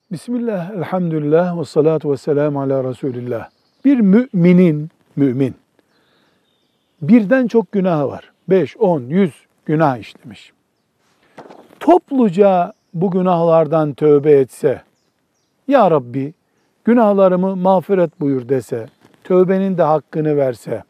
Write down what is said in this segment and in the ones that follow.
Bismillah, elhamdülillah ve salatu ve selamu ala Resulillah. Bir mümin, birden çok günahı var. 5, 10, 100 günah işlemiş. Topluca bu günahlardan tövbe etse, Ya Rabbi günahlarımı mağfiret buyur dese, tövbenin de hakkını verse,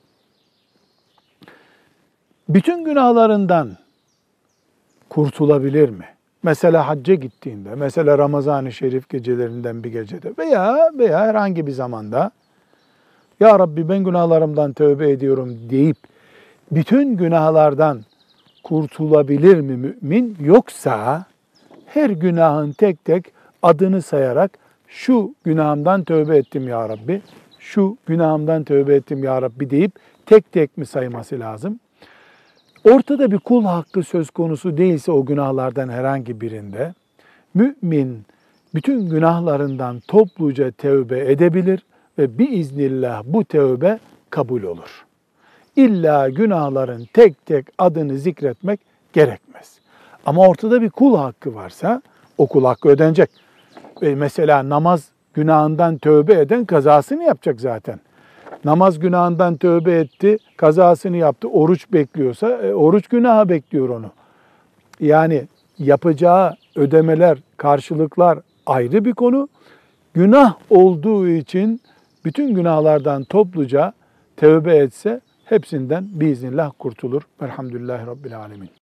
bütün günahlarından kurtulabilir mi? Mesela hacca gittiğinde, mesela Ramazan-ı Şerif gecelerinden bir gecede veya herhangi bir zamanda Ya Rabbi ben günahlarımdan tövbe ediyorum deyip bütün günahlardan kurtulabilir mi mümin? Yoksa her günahın tek tek adını sayarak şu günahımdan tövbe ettim ya Rabbi, şu günahımdan tövbe ettim ya Rabbi deyip tek tek mi sayması lazım? Ortada bir kul hakkı söz konusu değilse o günahlardan herhangi birinde, mümin bütün günahlarından topluca tövbe edebilir ve biiznillah bu tövbe kabul olur. İlla günahların tek tek adını zikretmek gerekmez. Ama ortada bir kul hakkı varsa o kul hakkı ödenecek. Mesela namaz günahından tövbe eden kazasını yapacak zaten. Namaz günahından tövbe etti, kazasını yaptı, oruç bekliyorsa oruç günahı bekliyor onu. Yani yapacağı ödemeler, karşılıklar ayrı bir konu. Günah olduğu için bütün günahlardan topluca tövbe etse hepsinden biiznillah kurtulur. Elhamdülillahi Rabbil Alemin.